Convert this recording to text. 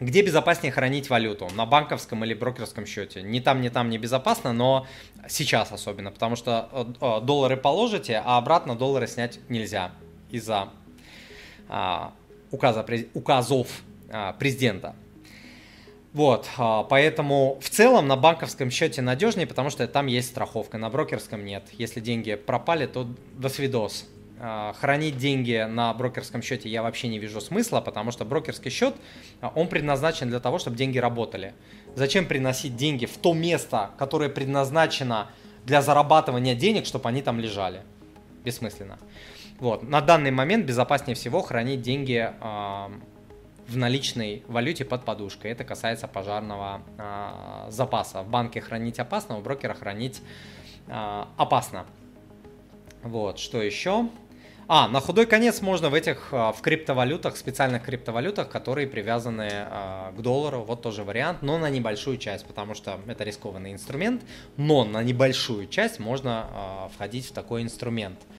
Где безопаснее хранить валюту? На банковском или брокерском счете? Ни там, ни там не безопасно, но сейчас особенно, потому что доллары положите, а обратно доллары снять нельзя из-за указов президента. Вот, поэтому в целом на банковском счете надежнее, потому что там есть страховка, на брокерском нет. Если деньги пропали, то до свидос. Хранить деньги на брокерском счете я вообще не вижу смысла, потому что брокерский счет, он предназначен для того, чтобы деньги работали. Зачем приносить деньги в то место, которое предназначено для зарабатывания денег, чтобы они там лежали? Бессмысленно. Вот. На данный момент безопаснее всего хранить деньги в наличной валюте под подушкой. Это касается пожарного запаса. В банке хранить опасно, у брокера хранить опасно. Вот, что еще? На худой конец можно в криптовалютах, специальных криптовалютах, которые привязаны к доллару. Вот тоже вариант, но на небольшую часть, потому что это рискованный инструмент, но на небольшую часть можно входить в такой инструмент.